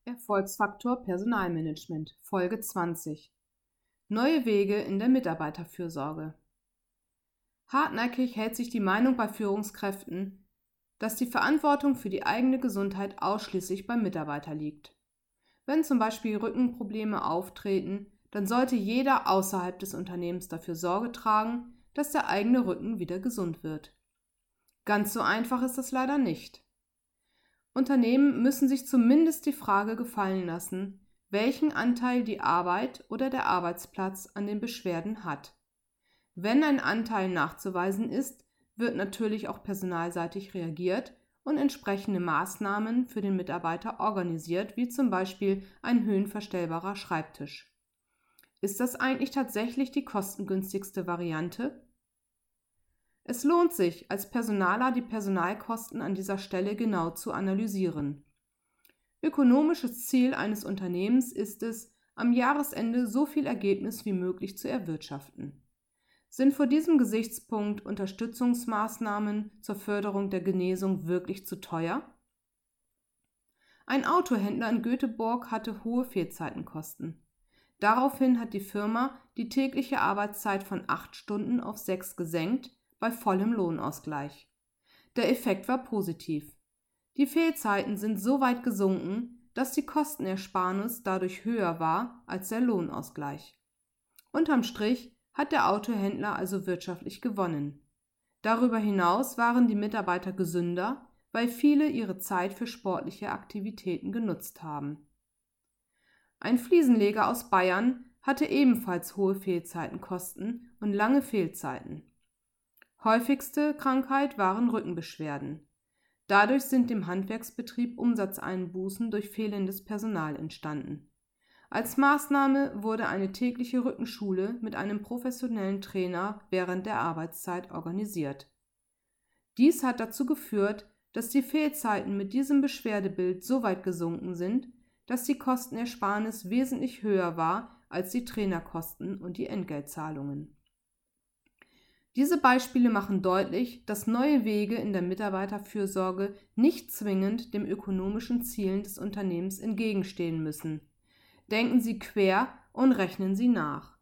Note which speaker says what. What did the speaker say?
Speaker 1: Erfolgsfaktor Personalmanagement, Folge 20. Neue Wege in der Mitarbeiterfürsorge. Hartnäckig hält sich die Meinung bei Führungskräften, dass die Verantwortung für die eigene Gesundheit ausschließlich beim Mitarbeiter liegt. Wenn zum Beispiel Rückenprobleme auftreten, dann sollte jeder außerhalb des Unternehmens dafür Sorge tragen, dass der eigene Rücken wieder gesund wird. Ganz so einfach ist das leider nicht. Unternehmen müssen sich zumindest die Frage gefallen lassen, welchen Anteil die Arbeit oder der Arbeitsplatz an den Beschwerden hat. Wenn ein Anteil nachzuweisen ist, wird natürlich auch personalseitig reagiert und entsprechende Maßnahmen für den Mitarbeiter organisiert, wie zum Beispiel ein höhenverstellbarer Schreibtisch. Ist das eigentlich tatsächlich die kostengünstigste Variante? Es lohnt sich, als Personaler die Personalkosten an dieser Stelle genau zu analysieren. Ökonomisches Ziel eines Unternehmens ist es, am Jahresende so viel Ergebnis wie möglich zu erwirtschaften. Sind vor diesem Gesichtspunkt Unterstützungsmaßnahmen zur Förderung der Genesung wirklich zu teuer? Ein Autohändler in Göteborg hatte hohe Fehlzeitenkosten. Daraufhin hat die Firma die tägliche Arbeitszeit von 8 Stunden auf 6 gesenkt, bei vollem Lohnausgleich. Der Effekt war positiv. Die Fehlzeiten sind so weit gesunken, dass die Kostenersparnis dadurch höher war als der Lohnausgleich. Unterm Strich hat der Autohändler also wirtschaftlich gewonnen. Darüber hinaus waren die Mitarbeiter gesünder, weil viele ihre Zeit für sportliche Aktivitäten genutzt haben. Ein Fliesenleger aus Bayern hatte ebenfalls hohe Fehlzeitenkosten und lange Fehlzeiten. Häufigste Krankheit waren Rückenbeschwerden. Dadurch sind dem Handwerksbetrieb Umsatzeinbußen durch fehlendes Personal entstanden. Als Maßnahme wurde eine tägliche Rückenschule mit einem professionellen Trainer während der Arbeitszeit organisiert. Dies hat dazu geführt, dass die Fehlzeiten mit diesem Beschwerdebild so weit gesunken sind, dass die Kostenersparnis wesentlich höher war als die Trainerkosten und die Entgeltzahlungen. Diese Beispiele machen deutlich, dass neue Wege in der Mitarbeiterfürsorge nicht zwingend den ökonomischen Zielen des Unternehmens entgegenstehen müssen. Denken Sie quer und rechnen Sie nach.